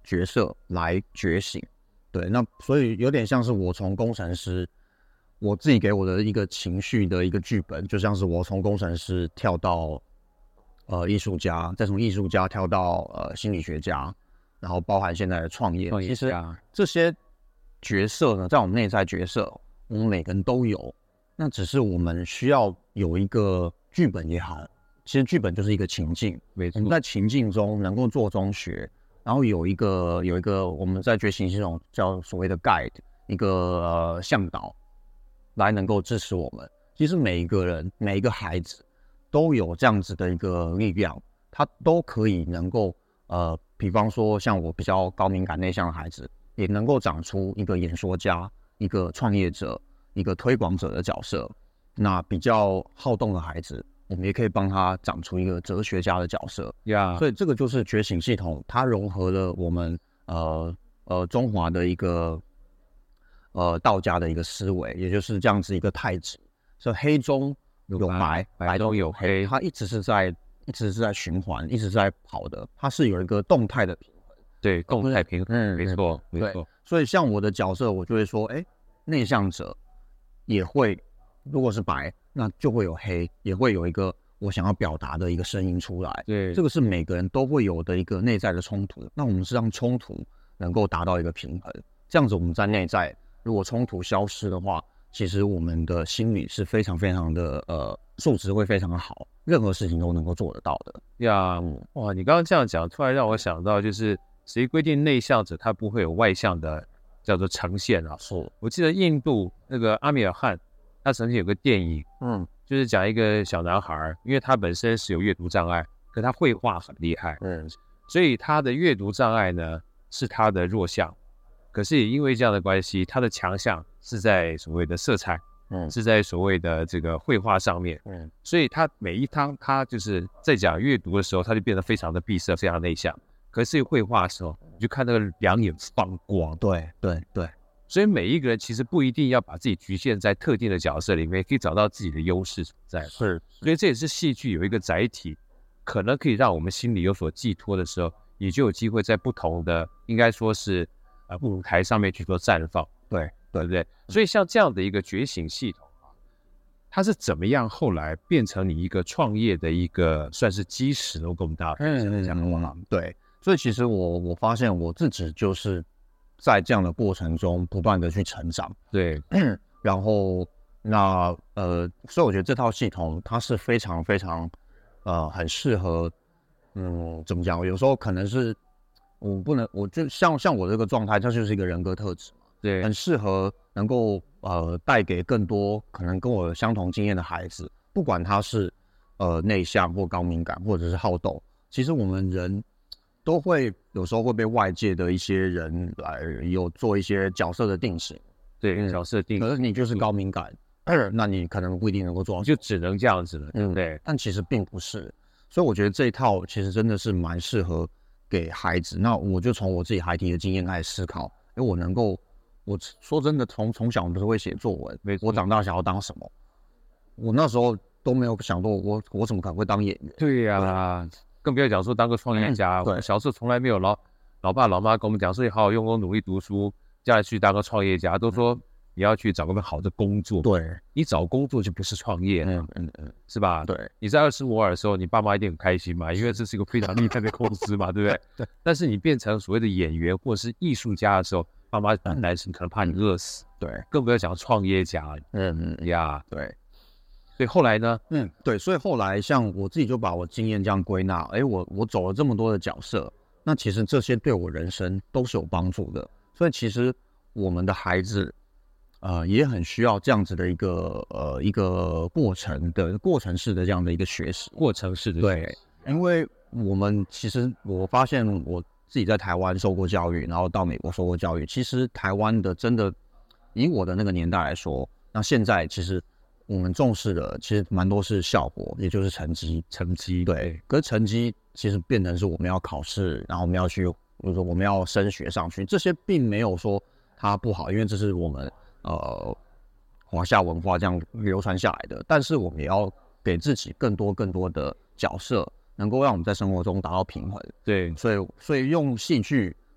角色来觉醒。对，那所以有点像是我从工程师，我自己给我的一个情绪的一个剧本，就像是我从工程师跳到呃艺术家，再从艺术家跳到呃心理学家，然后包含现在的创业。 创业其实这些角色呢，在我们内在角色，我们每个人都有，那只是我们需要有一个剧本也好，其实剧本就是一个情境， 没错， 我们在情境中能够做中学。然后有一个有一个我们在觉醒系统叫所谓的 guide， 一个呃向导，来能够支持我们。其实每一个人每一个孩子都有这样子的一个力量，他都可以能够呃，比方说像我比较高敏感内向的孩子，也能够长出一个演说家、一个创业者、一个推广者的角色。那比较好动的孩子，我们也可以帮他长出一个哲学家的角色呀。Yeah. 所以这个就是觉醒系统，它融合了我们呃呃中华的一个呃道家的一个思维，也就是这样子一个太极。所以黑中有白，白中有黑，它一直是在一直是在循环，一直在跑的，它是有一个动态的平衡。 对，动态平衡，嗯，没错，没错。 所以像我的角色，我就会说，哎，内向者也会，如果是白。那就会有黑，也会有一个我想要表达的一个声音出来。 对， 这个是每个人都会有的一个内在的冲突。那我们是让冲突能够达到一个平衡，这样子我们在内在，如果冲突消失的话，其实我们的心理是非常非常的呃素质会非常的好，任何事情都能够做得到的呀。哇，你刚刚这样讲，突然让我想到，就是谁规定内向者他不会有外向的叫做呈现啊？ 是， 我记得印度那个阿米尔汗。他曾经有个电影， 嗯， 就是讲一个小男孩，因为他本身是有阅读障碍，可他绘画很厉害， 嗯， 所以他的阅读障碍呢是他的弱项，可是也因为这样的关系，他的强项是在所谓的色彩，嗯，是在所谓的这个绘画上面，嗯，所以他每一堂他就是在讲阅读的时候，他就变得非常的闭塞，非常内向，可是绘画的时候，你就看那个两眼放光， 对对对。 所以每一个人其实不一定要把自己局限在特定的角色里面，可以找到自己的优势所在。 是， 所以这也是戏剧有一个载体，可能可以让我们心里有所寄托的时候，也就有机会在不同的，应该说是呃舞台上面去做绽放。 对， 对不对？所以像这样的一个觉醒系统啊，它是怎么样后来变成你一个创业的一个算是基石？我跟我们大家分享一下。 嗯，对。所以其实我我发现我自己就是。在这样的过程中不断的去成长， 对， 然后那呃，所以我觉得这套系统它是非常非常呃很适合，嗯，怎么讲？有时候可能是我不能，我就像像我这个状态，它就是一个人格特质嘛， 对， 很适合能够呃带给更多可能跟我有相同经验的孩子，不管他是呃内向或高敏感或者是好斗，其实我们人。都会有时候会被外界的一些人来有做一些角色的定型， 对、嗯、角色定型。 可是你就是高敏感，那你可能不一定能够做到， 就只能这样子了，对不对？ 但其实并不是，所以我觉得这一套其实真的是蛮适合给孩子。那我就从我自己孩提的经验开始思考，因为我能够，我说真的，从从小我不是会写作文，我长大想要当什么，我那时候都没有想过我，我我怎么可能会当演员？ 对呀、啊。更不要讲说当个创业家， 对， 小时候从来没有老老爸老妈跟我们讲说，好好用功努力读书，将来去当个创业家，都说你要去找个好的工作。 对， 你找工作就不是创业， 嗯嗯嗯， 是吧？ 对， 你在二十五二的时候，你爸妈一定很开心嘛，因为这是一个非常厉害的公司嘛，对不对？ 对。 但是你变成所谓的演员或者是艺术家的时候，爸妈本来是可能怕你饿死， 对， 更不要讲创业家， 嗯嗯呀， 对。 所以后来呢？ 嗯，对，所以后来像我自己就把我经验这样归纳，哎，我我走了这么多的角色，那其实这些对我人生都是有帮助的。所以其实我们的孩子，呃，也很需要这样子的一个呃一个过程的过程式的这样的一个学习， 过程式的学习。对，因为我们其实我发现我自己在台湾受过教育，然后到美国受过教育，其实台湾的真的以我的那个年代来说，那现在其实。我们重视的其实蛮多是效果，也就是成绩， 成绩对。可是成绩其实变成是我们要考试，然后我们要去，比如说我们要升学上去，这些并没有说它不好，因为这是我们呃华夏文化这样流传下来的。但是我们也要给自己更多更多的角色，能够让我们在生活中达到平衡。 对， 所以所以用戏剧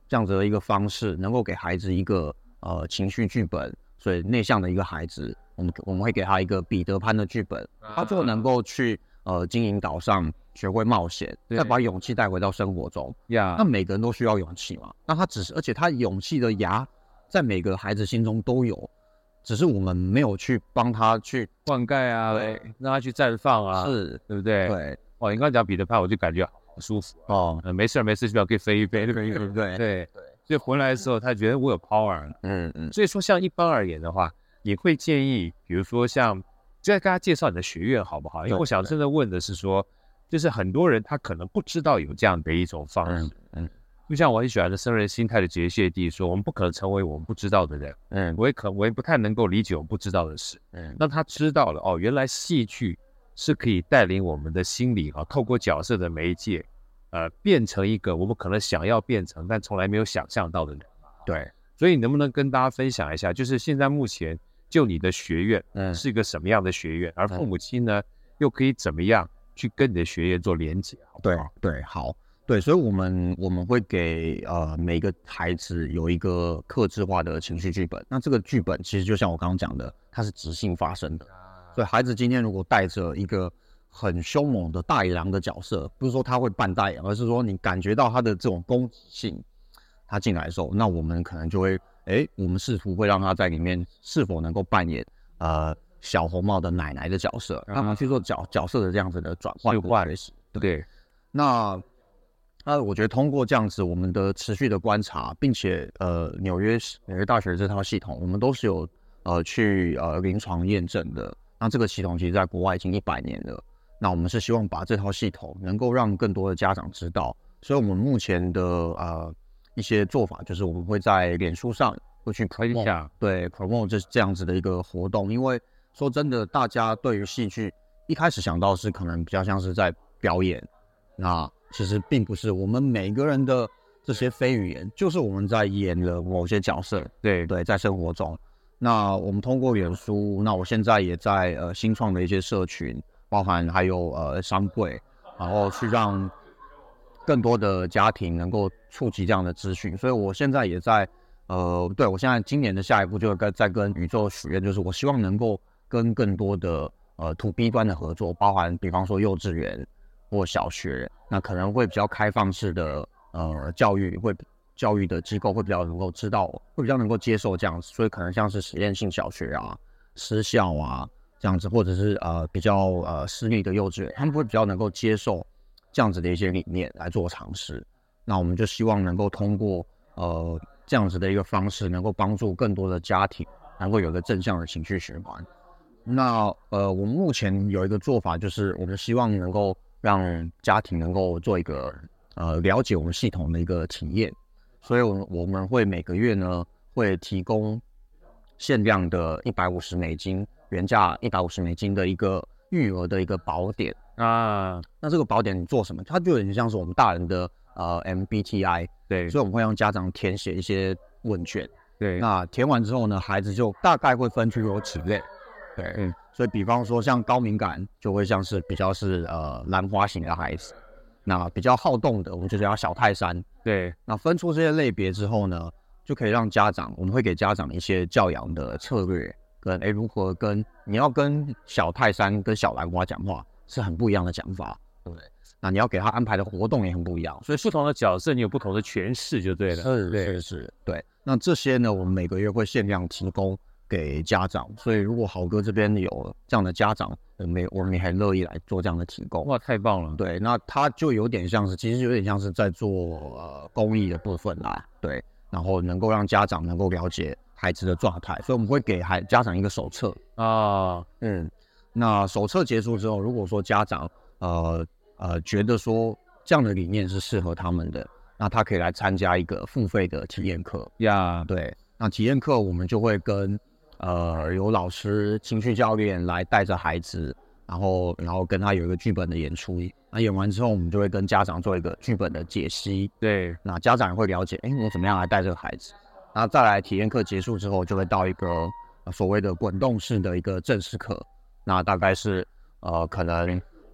这样子的一个方式，能够给孩子一个呃情绪剧本，所以内向的一个孩子，我们我们会给他一个彼得潘的剧本，他就能够去呃经营岛上，学会冒险，再把勇气带回到生活中。 呀， 那每个人都需要勇气嘛，那他只是，而且他勇气的芽在每个孩子心中都有，只是我们没有去帮他去灌溉啊，让他去绽放啊， 是， 对不对？ 对， 哇，你刚刚讲彼得潘，我就感觉好舒服、啊、哦、呃，没事没事，就要可以飞一飞，对对对对，所以回来的时候，他觉得我有 power， 嗯嗯，所以说像一般而言的话，你会建议，比如说像，再跟他介绍你的学院好不好？因为我想真的问的是说，就是很多人他可能不知道有这样的一种方式，嗯。嗯，就像我很喜欢的生人心态的结界地说，我们不可能成为我们不知道的人，嗯，我也可我也不太能够理解我们不知道的事，嗯，那他知道了哦，原来戏剧是可以带领我们的心理啊，透过角色的媒介，呃，变成一个我们可能想要变成但从来没有想象到的人， 对， 所以你能不能跟大家分享一下，就是现在目前就你的学院，嗯，是一个什么样的学院，而父母亲呢，又可以怎么样去跟你的学院做连结，好不好？ 对对，好。对，所以我们我们会给呃每个孩子有一个客制化的情绪剧本。那这个剧本其实就像我刚刚讲的，它是即兴发生的。所以孩子今天如果带着一个很凶猛的大野狼的角色，不是说他会扮大野狼，而是说你感觉到他的这种攻击性，他进来的时候，那我们可能就会，哎，我们试图会让他在里面是否能够扮演呃小红帽的奶奶的角色，让他去做角角色的这样子的转换。 对对， 那。那我觉得通过这样子我们的持续的观察，并且呃纽约纽约大学这套系统，我们都是有呃去呃临床验证的。那这个系统其实在国外已经一百年了。那我们是希望把这套系统能够让更多的家长知道，所以我们目前的呃一些做法就是我们会在脸书上会去 promote， 对 promote 这这样子的一个活动。因为说真的，大家对于戏剧一开始想到是可能比较像是在表演，那其实并不是，我们每一个人的这些非语言，就是我们在演了某些角色。 对对，在生活中，那我们通过脸书，那我现在也在呃新创的一些社群，包含还有呃商会，然后去让更多的家庭能够触及这样的资讯。所以我现在也在呃，对我现在今年的下一步就在跟宇宙许愿，就是我希望能够跟更多的呃 to B 端的合作，包含比方说幼稚园或小学，那可能会比较开放式的呃教育，会教育的机构会比较能够知道，会比较能够接受这样子，所以可能像是实验性小学啊、私校啊这样子，或者是呃比较呃私立的幼稚园，他们会比较能够接受这样子的一些理念来做尝试。那我们就希望能够通过呃这样子的一个方式，能够帮助更多的家庭能够有个正向的情绪循环。那呃我们目前有一个做法，就是我们希望能够让家庭能够做一个呃了解我们系统的一个体验，所以我我们会每个月呢会提供限量的一百五十美金，原价一百五十美金的一个育儿的一个宝典啊。那这个宝典你做什么？它就有点像是我们大人的呃 M B T I， 对，所以我们会让家长填写一些问卷，对，那填完之后呢，孩子就大概会分出有几类，对，嗯。所以比方说像高敏感就会像是比较是呃兰花型的孩子，那比较好动的我们就叫小泰山。对，那分出这些类别之后呢，就可以让家长，我们会给家长一些教养的策略，跟诶如何跟你要跟小泰山跟小兰花讲话是很不一样的讲法，对不对？那你要给他安排的活动也很不一样， 所以不同的角色你有不同的诠释就对了。 是是是，对。那这些呢，我们每个月会限量提供给家长，所以如果豪哥这边有这样的家长，我们我们也很乐意来做这样的提供。 哇，太棒了！ 对，那他就有点像是，其实有点像是在做呃公益的部分啦，对，然后能够让家长能够了解孩子的状态，所以我们会给孩家长一个手册啊，嗯，那手册结束之后，如果说家长呃呃觉得说这样的理念是适合他们的，那他可以来参加一个付费的体验课呀， yeah. 对，那体验课我们就会跟呃，有老师、情绪教练来带着孩子，然后，然后跟他有一个剧本的演出。那演完之后，我们就会跟家长做一个剧本的解析。对，那家长也会了解，哎，我怎么样来带这个孩子？那再来体验课结束之后，就会到一个、呃、所谓的滚动式的一个正式课。那大概是呃，可能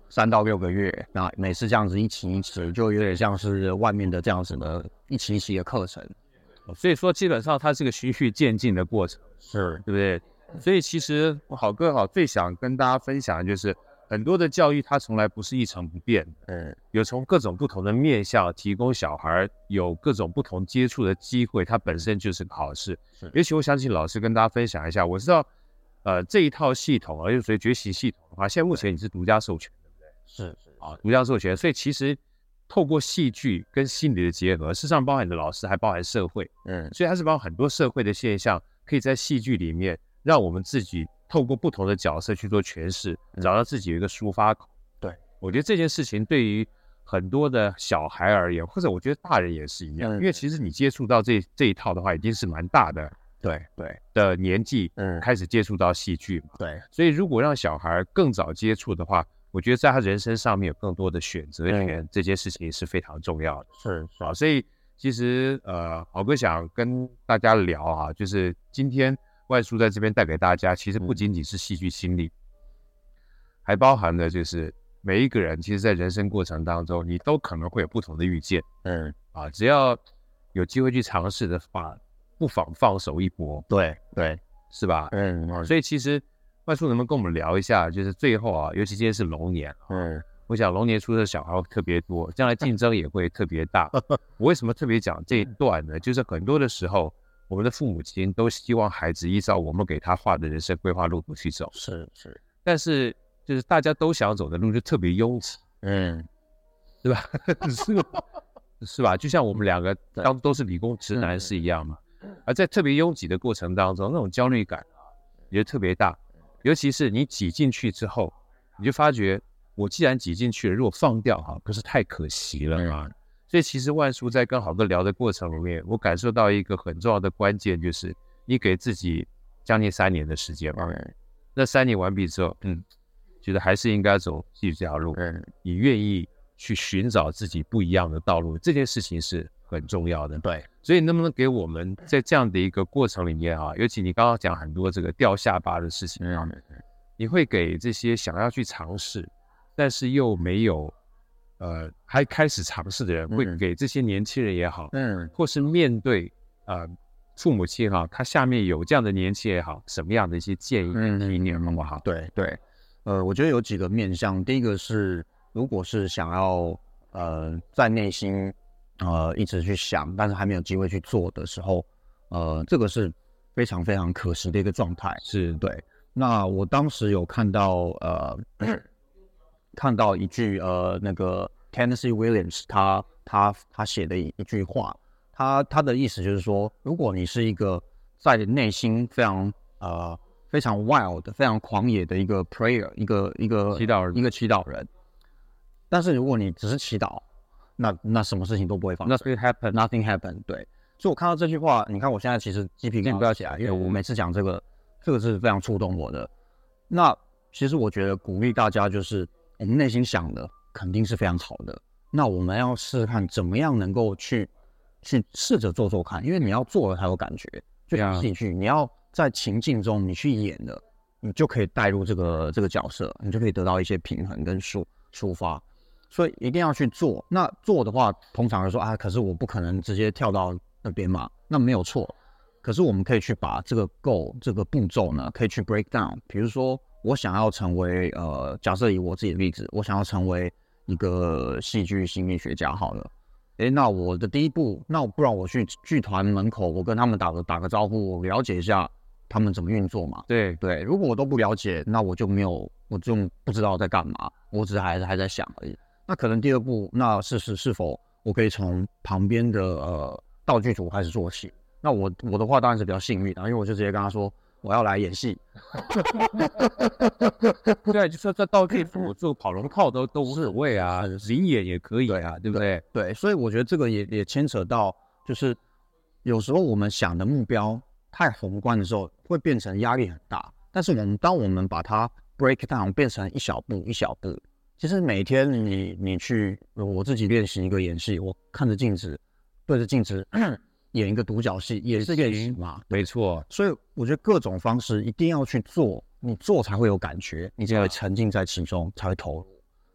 三到六个月，那每次这样子一期一期，就有点像是外面的这样子的一期一期的课程。 所以说，基本上它是个循序渐进的过程， 是， 对不对？所以其实好哥好最想跟大家分享的就是，很多的教育它从来不是一成不变，嗯，有从各种不同的面向提供小孩有各种不同接触的机会，它本身就是个好事。尤其我想请老师跟大家分享一下，我知道，呃，这一套系统啊，就属于觉醒系统的话，现在目前你是独家授权，对不对？ 是是啊，独家授权，所以其实透过戏剧跟心理的结合，事实上包含你的老师，还包含社会，嗯，所以它是包含很多社会的现象，可以在戏剧里面让我们自己透过不同的角色去做诠释，找到自己有一个抒发口。 对， 我觉得这件事情对于很多的小孩而言，或者我觉得大人也是一样，因为其实你接触到这这一套的话，已经是蛮大的， 对对的年纪，嗯，开始接触到戏剧嘛。 对， 所以如果让小孩更早接触的话，我觉得在他人生上面有更多的选择权，嗯、这件事情是非常重要的。 是是啊，所以其实呃，好哥想跟大家聊啊，就是今天万叔在这边带给大家，其实不仅仅是戏剧心理，嗯、还包含了就是每一个人，其实在人生过程当中，你都可能会有不同的遇见。嗯，啊，只要有机会去尝试的话，不妨放手一搏。 对对， 是吧？嗯，所以其实万叔能不能跟我们聊一下，就是最后啊，尤其今天是龙年，嗯，我想龙年出的小孩会特别多，将来竞争也会特别大。我为什么特别讲这一段呢？就是很多的时候，我们的父母亲都希望孩子依照我们给他画的人生规划路途去走， 是是， 但是就是大家都想走的路就特别拥挤，嗯，对吧？是吧？是吧？就像我们两个当都是理工直男是一样嘛。而在特别拥挤的过程当中，那种焦虑感啊，也特别大。尤其是你挤进去之后，你就发觉，我既然挤进去了，如果放掉哈，不是太可惜了吗？嗯、所以其实万叔在跟好哥聊的过程里面，我感受到一个很重要的关键，就是你给自己将近三年的时间嘛。嗯、那三年完毕之后，嗯，觉得还是应该走戏剧这条路。嗯，你愿意去寻找自己不一样的道路，这件事情是很重要的。 对， 所以能不能给我们在这样的一个过程里面啊，尤其你刚刚讲很多这个掉下巴的事情上面，嗯、你会给这些想要去尝试，但是又没有呃还开始尝试的人，嗯、会给这些年轻人也好，嗯，或是面对呃父母亲哈，他下面有这样的年轻人也好，什么样的一些建议跟提点好不好？ 对对，呃，我觉得有几个面向，第一个是如果是想要呃在内心。呃，一直去想，但是还没有机会去做的时候，呃，这个是非常非常可惜的一个状态。 是对。那我当时有看到，呃，看到一句，呃，那个 Tennessee Williams 他他他写的一一句话，他他的意思就是说，如果你是一个在内心非常呃非常 wild、非常狂野的一个 prayer， 一个一个祈祷人， 一个祈祷人，但是如果你只是祈祷。那那什么事情都不会发生 ，Nothing happen, nothing happen。对，所以我看到这句话，你看我现在其实鸡皮疙瘩不要起来，因为我每次讲这个，这个是非常触动我的。那其实我觉得鼓励大家，就是我们内心想的肯定是非常好的，那我们要试试看怎么样能够去去试着做做看，因为你要做了才有感觉，就像戏剧，你要在情境中你去演了，你就可以带入这个这个角色，你就可以得到一些平衡跟抒抒发。所以一定要去做。那做的话，通常就说啊，可是我不可能直接跳到那边嘛，那没有错。可是我们可以去把这个 goal 这个步骤呢，可以去 break down。比如说，我想要成为呃，假设以我自己的例子，我想要成为一个戏剧心理学家好了。诶，那我的第一步，那不然我去剧团门口，我跟他们打个打个招呼，我了解一下他们怎么运作嘛。 对对，如果我都不了解，那我就没有，我就不知道在干嘛，我只是还还在想而已。那可能第二步，那是是是否我可以从旁边的呃道具组开始做起？那我我的话当然是比较幸运的，因为我就直接跟他说我要来演戏。 对，就说在道具组做跑龙套都都无所谓啊，临演也可以啊，对不对？ 对，所以我觉得这个也也牵扯到，就是有时候我们想的目标太宏观的时候，会变成压力很大。但是我们当我们把它 break down 变成一小步一小步。其实每天你你去，我自己练习一个演戏，我看着镜子，对着镜子演一个独角戏，也是练习嘛。 没错， 所以我觉得各种方式一定要去做，你做才会有感觉，你才会沉浸在其中，才会投入。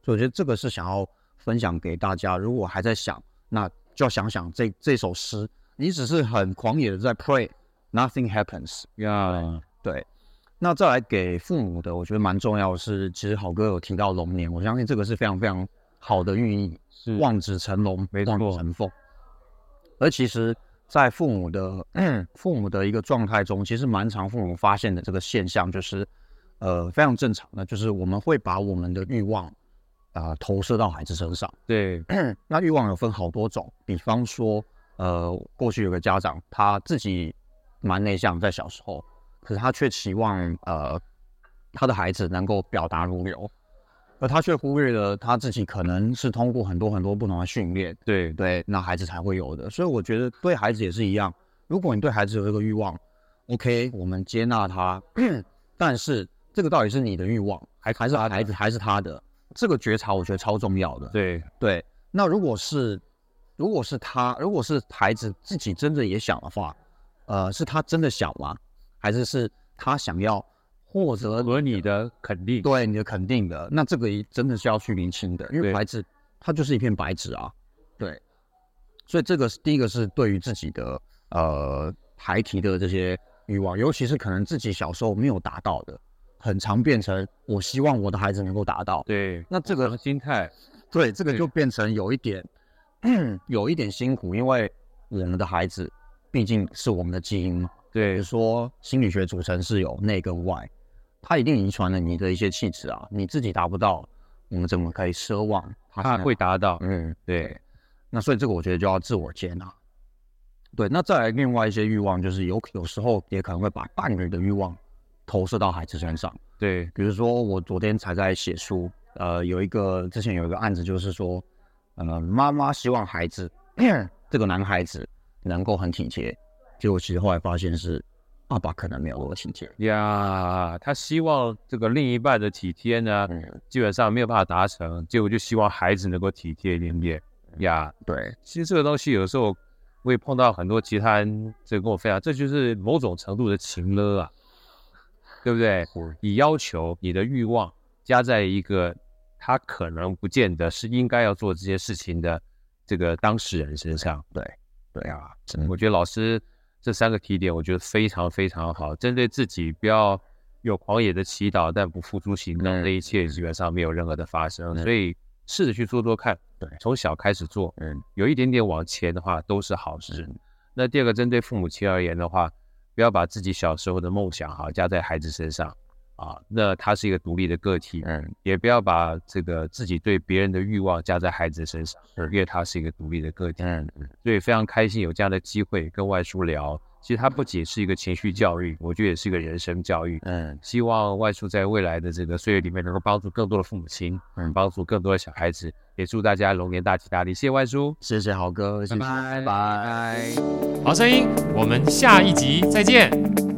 所以我觉得这个是想要分享给大家。如果还在想，那就要想想这这首诗，你只是很狂野的在 pray，nothing happens。 呀， 对。那再来给父母的，我觉得蛮重要的是，其实好哥有提到龙年，我相信这个是非常非常好的寓意， 是望子成龙，望子成凤。而其实，在父母的、嗯、父母的一个状态中，其实蛮常父母发现的这个现象，就是呃非常正常的，就是我们会把我们的欲望啊、呃、投射到孩子身上。 对， 那欲望有分好多种，比方说，呃，过去有个家长他自己蛮内向，在小时候。可是他却期望呃他的孩子能够表达如流，而他却忽略了他自己可能是通过很多很多不同的训练， 对对，那孩子才会有的。所以我觉得对孩子也是一样，如果你对孩子有这个欲望 ，OK， 我们接纳他，但是这个到底是你的欲望，还还是孩子还是他的？这个觉察我觉得超重要的。 对对，那如果是如果是他，如果是孩子自己真的也想的话，呃，是他真的想吗？还是是他想要获得和你的肯定， 对你的肯定的，那这个真的是要去厘清的，因为孩子他就是一片白纸啊，对，所以这个第一个是对于自己的呃孩提的这些欲望，尤其是可能自己小时候没有达到的，很常变成我希望我的孩子能够达到， 对， 那这个心态， 对，这个就变成有一点有一点辛苦，因为我们的孩子毕竟是我们的基因嘛。 对， 比如说心理学组成是有内跟外，他一定遗传了你的一些气质啊，你自己达不到，我们怎么可以奢望他他会达到？ 嗯，对。那所以这个我觉得就要自我接纳。对，那再来另外一些欲望，就是有有时候也可能会把伴侣的欲望投射到孩子身上。 对， 比如说我昨天才在写书，呃，有一个之前有一个案子，就是说，呃，妈妈希望孩子这个男孩子能够很体贴。结果其实后来发现是爸爸可能没有那么体贴呀，他希望这个另一半的体贴呢，嗯、基本上没有办法达成，结果就希望孩子能够体贴一点点呀。 对， 其实这个东西有时候我也碰到很多其他人，这个跟我分享，这就是某种程度的情勒啊，对不对？你要求你的欲望加在一个他可能不见得是应该要做这些事情的这个当事人身上。 对，对啊， 我觉得老师。这三个提点我觉得非常非常好，针对自己不要有狂野的祈祷但不付诸行动，这、嗯、一切基本上没有任何的发生、嗯、所以试着去做做看，对，从小开始做，嗯，有一点点往前的话都是好事、嗯、那第二个针对父母亲而言的话，不要把自己小时候的梦想哈加在孩子身上啊，那他是一个独立的个体，嗯，也不要把这个自己对别人的欲望加在孩子身上，嗯，因为他是一个独立的个体，嗯嗯，所以非常开心有这样的机会跟外叔聊。其实它不仅是一个情绪教育，我觉得也是一个人生教育。嗯，希望外叔在未来的这个岁月里面能够帮助更多的父母亲，嗯，帮助更多的小孩子，也祝大家龙年大吉大利。谢谢外叔， 谢谢豪哥，谢谢， 拜拜，拜拜。 好声音，我们下一集再见。